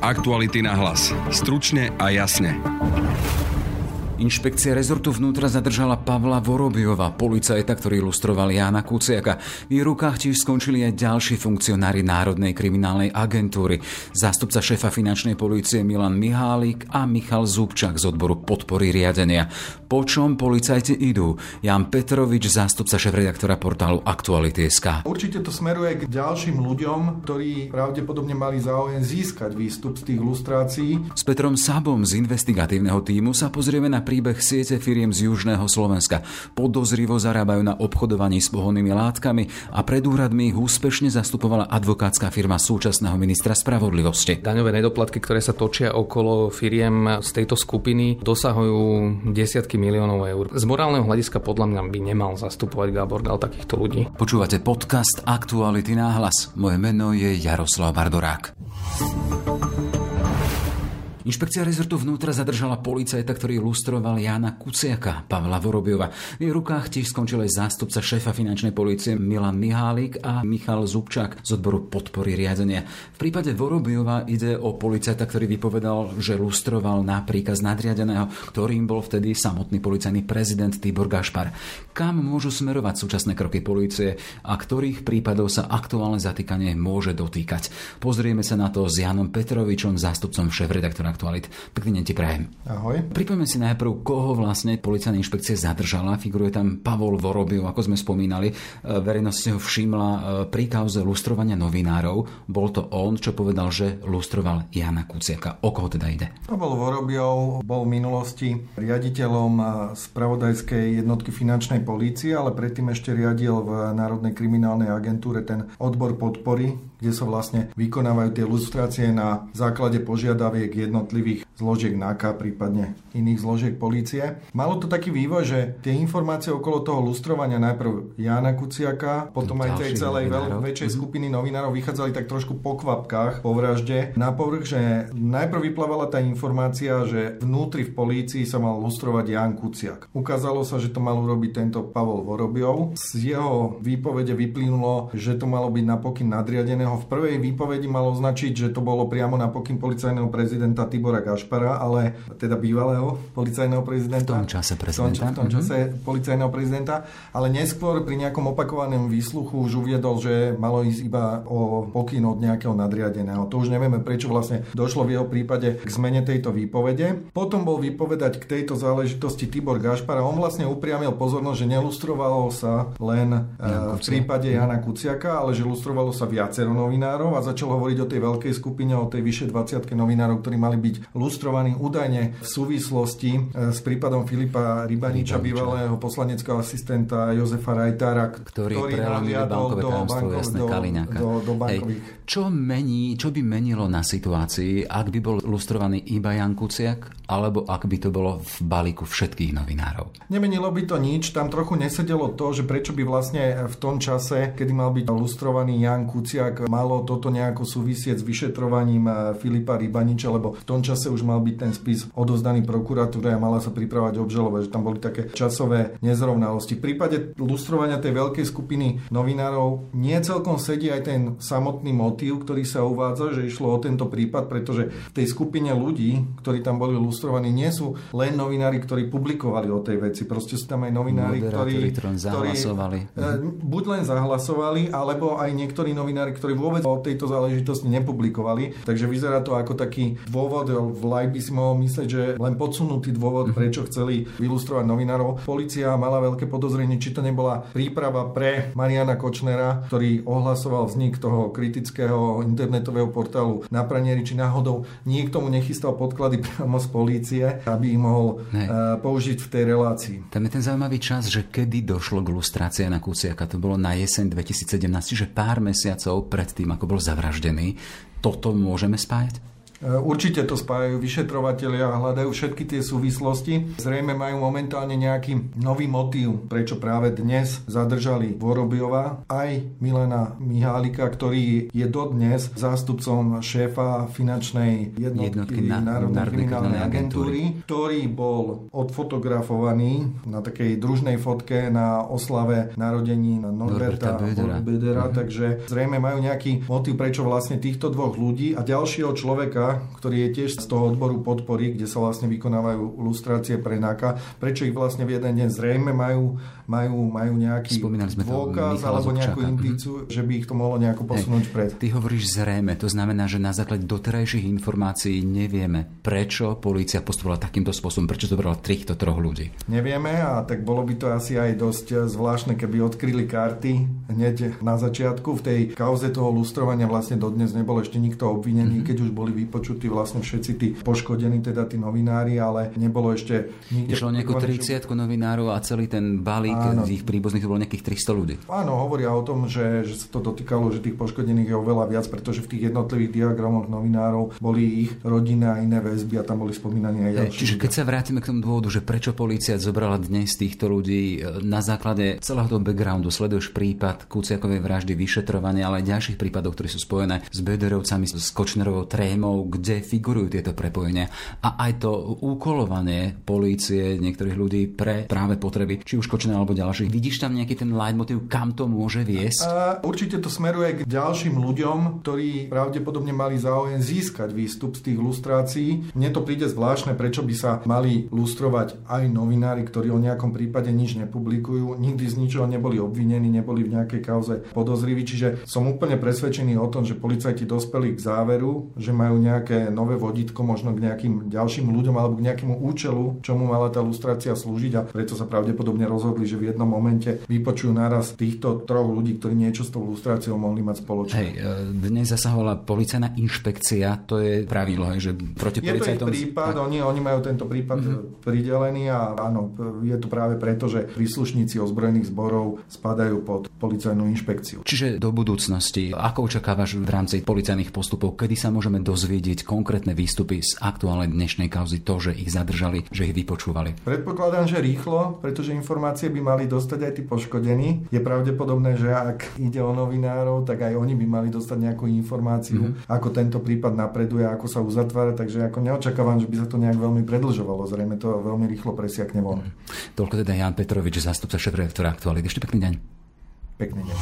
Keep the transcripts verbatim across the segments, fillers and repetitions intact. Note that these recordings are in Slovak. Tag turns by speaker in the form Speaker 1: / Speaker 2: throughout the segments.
Speaker 1: Aktuality na hlas. Stručne a jasne.
Speaker 2: Inšpekcia rezortu vnútra zadržala Pavla Vorobiova, policajta, ktorý ilustroval Jána Kuciaka. V jej rukách tiež skončili aj ďalší funkcionári Národnej kriminálnej agentúry. Zástupca šéfa finančnej polície Milan Mihálik a Michal Zubčák z odboru podpory riadenia. Po čom policajti idú? Ján Petrovič, zástupca šéfredaktora portálu Aktuality bodka es ká.
Speaker 3: Určite to smeruje k ďalším ľuďom, ktorí pravdepodobne mali záujem získať výstup z tých lustrácií.
Speaker 2: S Petrom Sabom z investigatívneho tímu sa pozrieme na príbeh siete firiem z južného Slovenska. Podozrivo zarábajú na obchodovaní s pohonnými látkami a pred úradmi ich úspešne zastupovala advokátska firma súčasného ministra spravodlivosti.
Speaker 4: Daňové nedoplatky, ktoré sa točia okolo firiem z tejto skupiny, dosahujú desiatky miliónov eur. Z morálneho hľadiska podľa mňa by nemal zastupovať Gábor Gál takýchto ľudí.
Speaker 2: Počúvate podcast Aktuality na hlas. Moje meno je Jaroslav Bardorák. Inšpekcia rezortu vnútra zadržala policajta, ktorý ilustroval Jána Kuciaka, Pavla Vorobiova. V jej rukách tiež skončil aj zástupca šéfa finančnej polície Milan Mihálik a Michal Zubčák z odboru podpory riadenia. V prípade Vorobiova ide o policajta, ktorý vypovedal, že lustroval na príkaz nadriadeného, ktorým bol vtedy samotný policajný prezident Tibor Gašpar. Kam môžu smerovať súčasné kroky polície a ktorých prípadov sa aktuálne zatýkanie môže dotýkať? Pozrieme sa na to s Jánom Petrovičom, zástupcom šéfredaktora Aktualit. Pekný deň ti prajem.
Speaker 3: Ahoj.
Speaker 2: Pripomeňme si najprv, koho vlastne policajná inšpekcia zadržala. Figuruje tam Pavol Vorobiov, ako sme spomínali. Verejnosť si ho všimla pri kauze lustrovania novinárov. Bol to on, čo povedal, že lustroval Jána Kuciaka. O koho teda ide?
Speaker 3: Pavol Vorobiov bol v minulosti riaditeľom spravodajskej jednotky finančnej polície, ale predtým ešte riadil v Národnej kriminálnej agentúre ten odbor podpory, kde sa vlastne vykonávajú tie lustrácie na základe požiadaviek jednotlivých zložiek náka, prípadne iných zložiek polície. Malo to taký vývoj, že tie informácie okolo toho lustrovania najprv Jána Kuciaka, potom aj tej celej veľ, väčšej skupiny novinárov vychádzali tak trošku po kvapkách, po vražde na povrch, že najprv vyplávala tá informácia, že vnútri v polícii sa mal lustrovať Ján Kuciak. Ukázalo sa, že to mal urobiť tento Pavol Vorobiov. Z jeho výpovede vyplynulo, že to malo byť na pokyn nadriadeného. V prvej výpovedi malo označiť, že to bolo priamo na pokyn policajného prezidenta Tibora Gašpara, ale teda bývalého policajného prezidenta.
Speaker 2: V tom čase prezidenta.
Speaker 3: V tom, v tom čase mm-hmm. policajného prezidenta, ale neskôr pri nejakom opakovanom výsluchu už uviedol, že malo ísť iba o pokyn od nejakého nadriadeného. To už nevieme, prečo vlastne došlo v jeho prípade k zmene tejto výpovede. Potom bol vypovedať k tejto záležitosti Tibor Gašpar a on vlastne upriamil pozornosť, že nelustrovalo sa len v prípade Jána Kuciaka, ale že lustrovalo sa viacero novinárov a začal hovoriť o tej veľkej skupine, o tej vyše dvadsiatke novinárov, ktorí mali byť lustrovaní údajne v súvislosti s prípadom Filipa Rybaniča, bývalého poslaneckého asistenta Jozefa Rajtára,
Speaker 2: ktorý, ktorý prelomil bankové tajomstvo Jasné Kaliňáka.
Speaker 3: Do, do bankových.
Speaker 2: Hej. Čo mení, čo by menilo na situácii, ak by bol lustrovaný iba Ján Kuciak, alebo ak by to bolo v balíku všetkých novinárov?
Speaker 3: Nemenilo by to nič, tam trochu nesedelo to, že prečo by vlastne v tom čase, kedy mal byť lustrovaný Ján Kuciak, malo toto nejako súvisieť s vyšetrovaním Filipa Rybaniča, lebo v tom čase už mal byť ten spis odovzdaný prokuratúre a mala sa pripravať obžaloba, že tam boli také časové nezrovnalosti. V prípade lustrovania tej veľkej skupiny novinárov nie celkom sedí aj ten samotný motív, ktorý sa uvádza, že išlo o tento prípad, pretože v tej skupine ľudí, ktorí tam boli lustrovaní, nie sú len novinári, ktorí publikovali o tej veci. Proste sú tam aj novinári, ktorí, ktorí buď len zahlasovali, alebo aj niektorí novinári, ktorí vôbec o tejto záležitosti nepublikovali. Takže vyzerá to ako taký dôvod, v like by si mohol myslieť, že len podsunutý dôvod, prečo chceli vylustrovať novinárov. Polícia mala veľké podozrenie, či to nebola príprava pre Mariana Kočnera, ktorý ohlasoval vznik toho kritického internetového portálu Na pranieri, či náhodou niekto mu nechystal podklady priamo z polície, aby ich mohol uh, použiť v tej relácii.
Speaker 2: Tam je ten zaujímavý čas, že kedy došlo k lustrácii na Kuciaka. To bolo na jeseň dvetisícsedemnásť, čiže pár mesiacov pred tým, ako bol zavraždený. Toto môžeme spájať?
Speaker 3: Určite to spájajú vyšetrovatelia a hľadajú všetky tie súvislosti. Zrejme majú momentálne nejaký nový motív, prečo práve dnes zadržali Vorobiova aj Milana Mihálika, ktorý je dodnes zástupcom šéfa finančnej jednotky, jednotky na, Národnej kriminálnej agentúry, ktorý bol odfotografovaný na takej družnej fotke na oslave narodení Norberta Bodera. Uh-huh. Takže zrejme majú nejaký motív, prečo vlastne týchto dvoch ľudí a ďalšieho človeka, kolega, ktorý je tiež z toho odboru podpory, kde sa vlastne vykonávajú lustrácie pre náka, prečo ich vlastne v jeden deň zrejme majú, majú, majú nejaký dôkaz alebo nejakú indíciu, že by ich to mohlo nejako posunúť vpred.
Speaker 2: Ty hovoríš zrejme, to znamená, že na základe doterajších informácií nevieme, prečo polícia postupovala takýmto spôsobom, prečo to brala týchto troch ľudí.
Speaker 3: Nevieme a tak bolo by to asi aj dosť zvláštne, keby odkryli karty hneď na začiatku. V tej kauze toho lustrovania vlastne dodnes nebol ešte nikto obvinený, mm-hmm. keď už boli vypočutí vlastne všetci tí poškodení, teda tí novinári, ale nebolo ešte nikde.
Speaker 2: Išlo nejakú tridsiatku novinárov a celý ten balík z ich príbuzných to bolo nejakých tristo ľudí.
Speaker 3: Áno, hovoria o tom, že, že sa to dotýkalo, že tých poškodených je oveľa viac, pretože v tých jednotlivých diagramoch novinárov boli ich rodina a iné väzby a tam boli spomínaní aj ďalší.
Speaker 2: Čiže keď sa vrátime k tomu dôvodu, že prečo polícia zobrala dnes týchto ľudí, na základe celého toho backgroundu sleduješ prípad Kuciakovej vraždy, vyšetrovania, ale aj ďalších prípadov, ktoré sú spojené s Böderovcami, s Kočnerovou trémou, kde figurujú tieto prepojenia a aj to úkolovanie polície niektorých ľudí pre práve potreby, či už Kočnera alebo ďalších. Vidíš tam nejaký ten leitmotív, kam to môže viesť?
Speaker 3: A určite to smeruje k ďalším ľuďom, ktorí pravdepodobne mali záujem získať výstup z tých lustrácií. Mne to príde zvláštne, prečo by sa mali lustrovať aj novinári, ktorí o nejakom prípade nič nepublikujú, nikdy z ničoho neboli obvinení, neboli v nejakej kauze podozriví, čiže som úplne presvedčený o tom, že policajti dospeli k záveru, že majú nejaké nové vodítko možno k nejakým ďalším ľuďom alebo k nejakému účelu, čomu mala tá lustrácia slúžiť a preto sa pravdepodobne rozhodli, že v jednom momente vypočujú naraz týchto troch ľudí, ktorí niečo s tou lustráciou mohli mať spoločné.
Speaker 2: Hej, dnes zasahovala policajná inšpekcia, to je pravidlo, že proti policajtom...
Speaker 3: Je to ich prípad, a... oni, oni majú tento prípad mm-hmm. pridelený a áno, je to práve preto, že príslušníci ozbrojených zborov spadajú pod policajnú inšpekciu.
Speaker 2: Čiže do budúcnosti, ako očakávaš v rámci policajných postupov, kedy sa môžeme dozvedieť konkrétne výstupy z aktuálnej dnešnej kauzy, to, že ich zadržali, že ich vypočúvali?
Speaker 3: Predpokladám, že rýchlo, pretože informácie by mali dostať aj tí poškodení. Je pravdepodobné, že ak ide o novinárov, tak aj oni by mali dostať nejakú informáciu, mm-hmm. ako tento prípad napreduje, ako sa uzatvára, takže ako neočakávam, že by sa to nejak veľmi predĺžovalo. Zrejme to veľmi rýchlo presiakne von.
Speaker 2: Mm-hmm. Toľko teda Ján Petrovič, zástupca šéfredaktora Aktuality. Ešte pekný deň.
Speaker 3: Pekný deň.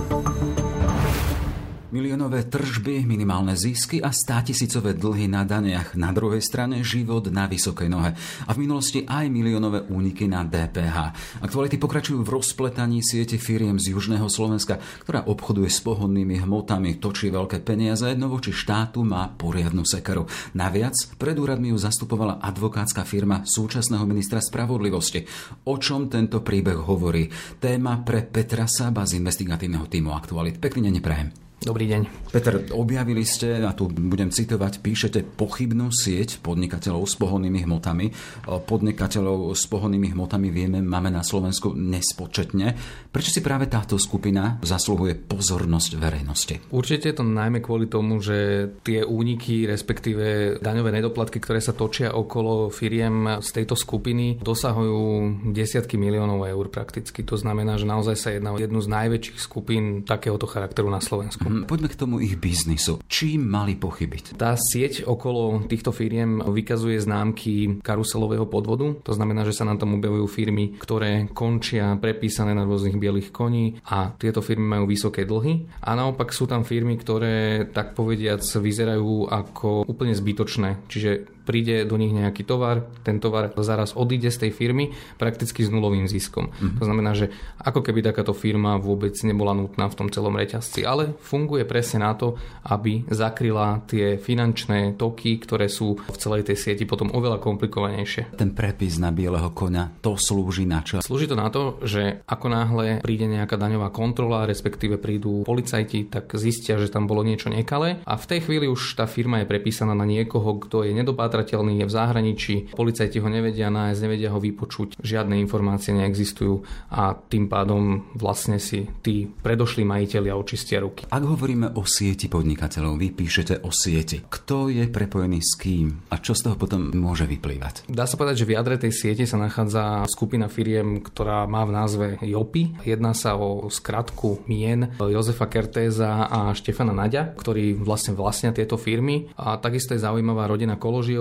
Speaker 2: Miliónové tržby, minimálne zisky a státisícové dlhy na daniach. Na druhej strane život na vysokej nohe. A v minulosti aj miliónové úniky na dé pé há. Aktuality pokračujú v rozpletaní siete firiem z južného Slovenska, ktorá obchoduje s pohodnými hmotami, točí veľké peniaze, no voči štátu má poriadnu sekeru. Naviac pred úradmi ju zastupovala advokátska firma súčasného ministra spravodlivosti. O čom tento príbeh hovorí? Téma pre Petra Sába z investigatívneho tímu Aktualit. Pekný deň neprajem.
Speaker 4: Dobrý deň.
Speaker 2: Peter, objavili ste, a tu budem citovať, píšete pochybnú sieť podnikateľov s pohonnými hmotami. Podnikateľov s pohonnými hmotami vieme, máme na Slovensku nespočetne. Prečo si práve táto skupina zasluhuje pozornosť verejnosti?
Speaker 4: Určite je to najmä kvôli tomu, že tie úniky, respektíve daňové nedoplatky, ktoré sa točia okolo firiem z tejto skupiny, dosahujú desiatky miliónov eur prakticky. To znamená, že naozaj sa jedná o jednu z najväčších skupín takéhoto charakteru na Slovensku.
Speaker 2: Poďme k tomu ich biznisu. Čím mali pochybiť?
Speaker 4: Tá sieť okolo týchto firiem vykazuje známky karuselového podvodu. To znamená, že sa nám tam objavujú firmy, ktoré končia prepísané na rôznych bielých koní a tieto firmy majú vysoké dlhy. A naopak sú tam firmy, ktoré tak povediac vyzerajú ako úplne zbytočné. Čiže príde do nich nejaký tovar, ten tovar zaraz odíde z tej firmy prakticky s nulovým ziskom. Mm-hmm. To znamená, že ako keby takáto firma vôbec nebola nutná v tom celom reťazci, ale funguje presne na to, aby zakryla tie finančné toky, ktoré sú v celej tej sieti potom oveľa komplikovanejšie.
Speaker 2: Ten prepis na bieleho koňa, to slúži na čo?
Speaker 4: Slúži to na to, že ako náhle príde nejaká daňová kontrola, respektíve prídu policajti, tak zistia, že tam bolo niečo nekalé a v tej chvíli už tá firma je prepísaná na niekoho, kto je nedopátrateľný, je v zahraničí, policajti ho nevedia nájsť, nevedia ho vypočuť, žiadne informácie neexistujú a tým pádom vlastne si tí predošlí majitelia očistia ruky.
Speaker 2: Ak hovoríme o sieti podnikateľov, vy píšete o sieti. Kto je prepojený s kým a čo z toho potom môže vyplývať?
Speaker 4: Dá sa povedať, že v jadre tej siete sa nachádza skupina firiem, ktorá má v názve JOPI. Jedná sa o skratku mien Jozefa Kertéza a Štefana Naďa, ktorí vlastne vlastnia tieto firmy. A takisto je zaujímavá rodina Koložiov,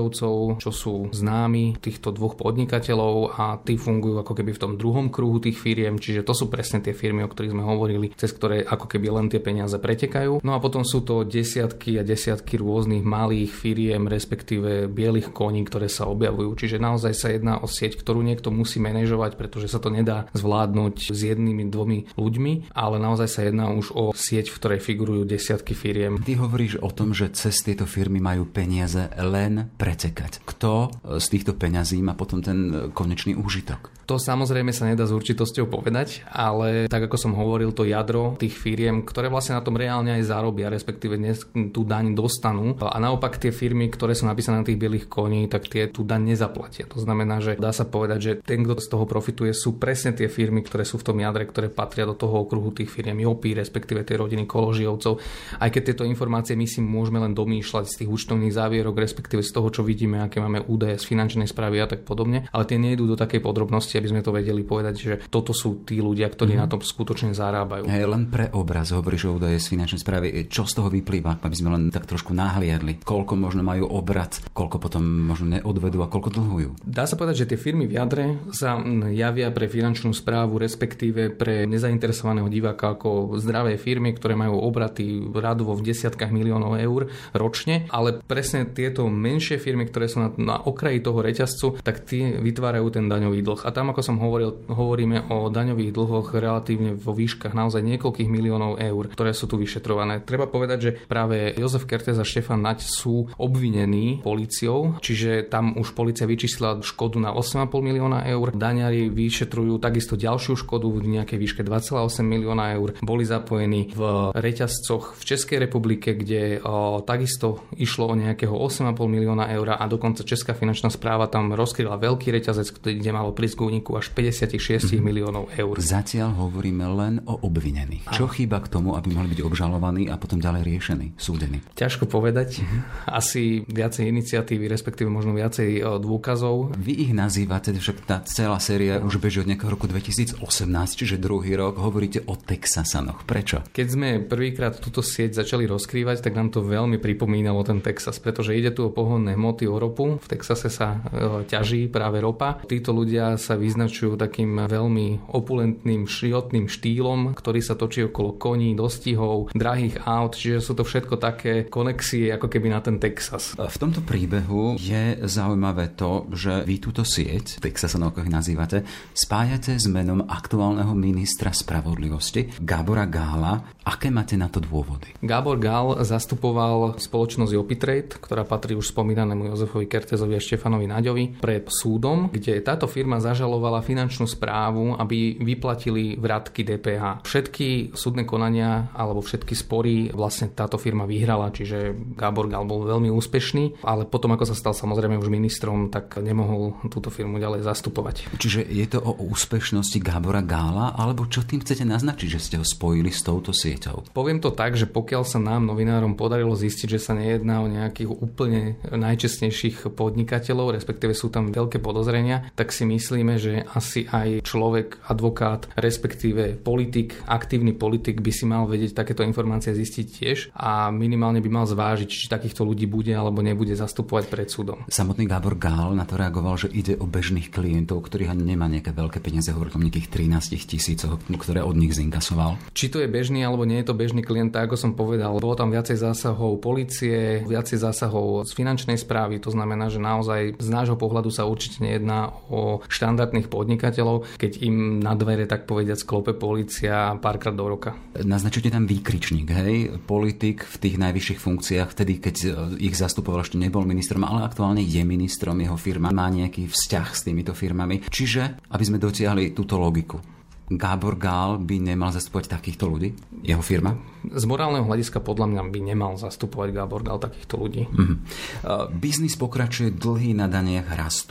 Speaker 4: Koložiovcov, čo sú známi týchto dvoch podnikateľov a tí fungujú ako keby v tom druhom kruhu tých firiem, čiže to sú presne tie firmy, o ktorých sme hovorili, cez ktoré ako keby len tie peniaze pretekajú. No a potom sú to desiatky a desiatky rôznych malých firiem, respektíve bielých koní, ktoré sa objavujú. Čiže naozaj sa jedná o sieť, ktorú niekto musí manažovať, pretože sa to nedá zvládnuť s jednými, dvomi ľuďmi, ale naozaj sa jedná už o sieť, v ktorej figurujú desiatky firiem.
Speaker 2: Ty hovoríš o tom, že cez tieto firmy majú peniaze len pretekať. Kto z týchto peňazí má potom ten konečný úžitok?
Speaker 4: To samozrejme sa nedá s určitosťou povedať, ale tak ako som hovoril, to jadro tých firiem, ktoré vlastne na tom reálne aj zarobia, respektíve dnes tú daň dostanú. A naopak tie firmy, ktoré sú napísané na tých bielých koní, tak tie tú daň nezaplatia. To znamená, že dá sa povedať, že ten, kto z toho profituje, sú presne tie firmy, ktoré sú v tom jadre, ktoré patria do toho okruhu tých firiem Jopy, respektíve tie rodiny Koložiovcov. Aj keď tieto informácie my si môžeme len domýšľať z tých účtovných závierok, respektíve z toho, čo vidíme, aké máme údaje z finančnej správy a tak podobne, ale tie nejdú do takej podrobnosti, aby sme to vedeli povedať, že toto sú tí ľudia, ktorí mm. na tom skutočne zarábajú.
Speaker 2: Hej, len pre obraz hovoríš o údaje z finančnej správy. Čo z toho vyplýva, aby sme len tak trošku nahliadli? Koľko možno majú obrat, koľko potom možno neodvedú a koľko dlhujú?
Speaker 4: Dá sa povedať, že tie firmy v jadre sa javia pre finančnú správu, respektíve pre nezainteresovaného diváka ako zdravé firmy, ktoré majú obraty radovo v desiatkách miliónov eur ročne, ale presne tieto menšie firmy, ktoré sú na, na okraji toho reťazcu, tak tie vytvárajú ten daňový dlh. A tam, ako som hovoril, hovoríme o daňových dlhoch relatívne vo výškach naozaj niekoľkých miliónov eur, ktoré sú tu vyšetrované. Treba povedať, že práve Jozef Kertész a Štefan Naď sú obvinení políciou, čiže tam už polícia vyčíslila škodu na osem a pol milióna eur. Daňari vyšetrujú takisto ďalšiu škodu v nejakej výške dva celé osem milióna eur. Boli zapojení v reťazcoch v Českej republike, kde o, takisto išlo o nejakého osem a pol milióna eur a dokonca Česká finančná správa tam rozkryla veľký reťazec, kde malo prísť k úniku až päťdesiatšesť miliónov eur.
Speaker 2: Zatiaľ hovoríme len o obvinených. Čo chýba k tomu, aby mohli byť obžalovaní a potom ďalej riešení, súdení?
Speaker 4: Ťažko povedať. Asi viacej iniciatívy, respektíve možno viacej dôkazov.
Speaker 2: Vy ich nazývate, však tá celá séria už beží od nejakého roku dvetisícosemnásť, čiže druhý rok, hovoríte o Texasanoch. Prečo?
Speaker 4: Keď sme prvýkrát túto sieť začali rozkrývať, tak nám to veľmi pripomínalo ten Texas, pretože ide tu o pohonné hmoty, o ropu. V Texase sa e, ťaží práve ropa. Títo ľudia sa vyznačujú takým veľmi opulentným, šriotným štýlom, ktorý sa točí okolo koní, dostihov, drahých aut, čiže sú to všetko také konexie ako keby na ten Texas.
Speaker 2: V tomto príbehu je zaujímavé to, že vy túto sieť, Texasanov, ako ich nazývate, spájate s menom aktuálneho ministra spravodlivosti Gábora Gála. Aké máte na to dôvody?
Speaker 4: Gábor Gál zastupoval spoločnosť Jopy Trade, ktorá patrí už spomínanému Jozefovi Kertézovi a Štefanovi Naďovi, pred súdom, kde táto firma zažalovala finančnú správu, aby vyplatili vratky dé pé há. Všetky súdne konania alebo všetky spory vlastne táto firma vyhrala, čiže Gábor Gál bol veľmi úspešný, ale potom, ako sa stal samozrejme už ministrom, tak nemohol túto firmu ďalej zastupovať.
Speaker 2: Čiže je to o úspešnosti Gábora Gála, alebo čo tým chcete naznačiť, že ste ho spojili s touto sieťou?
Speaker 4: Poviem to tak, že pokiaľ sa nám novinárom podarilo zistiť, že sa nejedná o nejakých úplne najčestnejších podnikateľov, respektíve sú tam veľké podozrenia, tak si myslíme, že asi aj človek, advokát, respektíve politik, aktívny politik by si mal vedieť takéto informácie zistiť tiež a minimálne by mal zvážiť, či takýchto ľudí bude alebo nebude zastupovať pred súdom.
Speaker 2: Samotný Gábor Gál na to reagoval, že ide o bežných klientov, ktorých ani nemá nejaké veľké peniaze, hovoril o nejakých trinásť tisícoch, ktoré od nich zinkasoval. Či
Speaker 4: to je bežný alebo nie je to bežný klient, tak ako som povedal, bolo tam viacej zásahov polície, viacej zásahov z finančnej správy, to znamená, že naozaj z nášho pohľadu sa určite nejedná o štandardných podnikateľov, keď im na dvere, tak povediac, klope polícia párkrát do roka.
Speaker 2: Naznačujete tam výkričník, hej? Politik v tých najvyšších funkciách, vtedy, keď ich zastupoval, ešte nebol ministrom, ale aktuálne je ministrom, jeho firma má nejaký vzťah s týmito firmami. Čiže, aby sme dotiahli túto logiku, Gábor Gál by nemal zastupovať takýchto ľudí? Jeho firma?
Speaker 4: Z morálneho hľadiska podľa mňa by nemal zastupovať Gábor Gál takýchto ľudí.
Speaker 2: Mm-hmm. Uh, biznis pokračuje, dlhy na daniach rastú.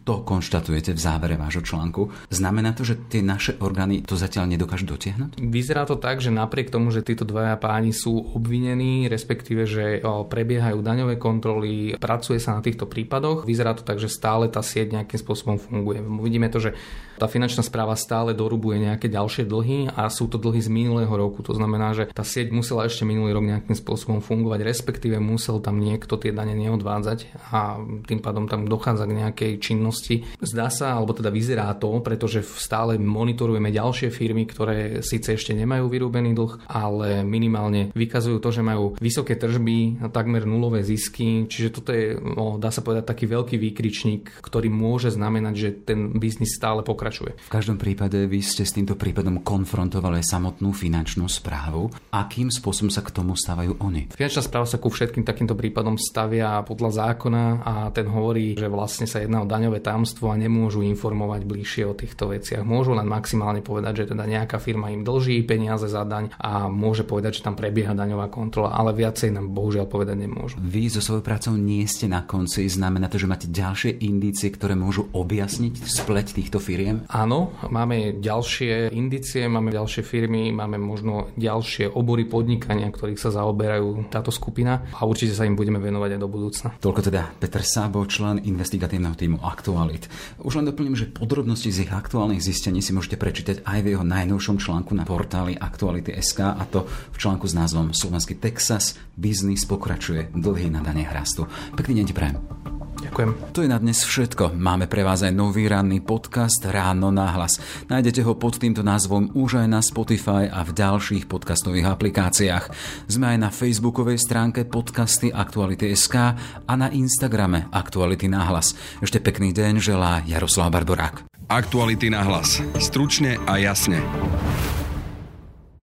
Speaker 2: To konštatujete v závere vášho článku. Znamená to, že tie naše orgány to zatiaľ nedokážu dotiahnuť?
Speaker 4: Vyzerá to tak, že napriek tomu, že títo dvaja páni sú obvinení, respektíve, že prebiehajú daňové kontroly, pracuje sa na týchto prípadoch, vyzerá to tak, že stále tá sieť nejakým spôsobom funguje. Vidíme to, že tá finančná správa stále dorubuje nejaké ďalšie dlhy a sú to dlhy z minulého roku. To znamená, že tá sieť musela ešte minulý rok nejakým spôsobom fungovať, respektíve musel tam niekto tie dane neodvádzať a tým pádom tam dochádza k nejakej činnosti. Zdá sa, alebo teda vyzerá to, pretože stále monitorujeme ďalšie firmy, ktoré síce ešte nemajú vyrúbený dlh, ale minimálne vykazujú to, že majú vysoké tržby, takmer nulové zisky, čiže toto je, no, dá sa povedať, taký veľký výkričník, ktorý môže znamenať, že ten biznis stále pokračuje.
Speaker 2: V každom prípade vy ste s týmto prípadom konfrontovali samotnú finančnú správu. Akým spôsobom sa k tomu stávajú oni?
Speaker 4: Finančná správa sa ku všetkým takýmto prípadom stavia podľa zákona a ten hovorí, že vlastne sa jedná o daňové tajomstvo a nemôžu informovať bližšie o týchto veciach. Môžu len maximálne povedať, že teda nejaká firma im dlží peniaze za daň a môže povedať, že tam prebieha daňová kontrola, ale viacej nám bohužiaľ povedať nemôžu.
Speaker 2: Vy so svojou prácou nie ste na konci, znamená to, že máte ďalšie indície, ktoré môžu objasniť spleť týchto firiem?
Speaker 4: Áno, máme ďalšie indície, máme ďalšie firmy, máme možno ďalšie obory podnikania, ktorých sa zaoberajú táto skupina a určite sa im budeme venovať aj do budúcna.
Speaker 2: Toľko teda Peter Sábo, člen investigatívneho týmu Aktualit. Už len doplním, že podrobnosti z ich aktuálnych zistení si môžete prečítať aj v jeho najnovšom článku na portáli Aktuality bodka es ká, a to v článku s názvom Slovenský Texas, biznis pokračuje, dlhy na dane rastú. Pekný deň ti prajem.
Speaker 4: Ďakujem.
Speaker 2: To je na dnes všetko. Máme pre vás aj nový ranný podcast Ráno na hlas. Nájdete ho pod týmto názvom už aj na Spotify a v ďalších podcastových aplikáciách. Sme aj na facebookovej stránke podcasty Aktuality bodka es ká a na Instagrame Aktuality na hlas. Ešte pekný deň želá Jaroslav Barborák.
Speaker 1: Aktuality na hlas. Stručne a jasne.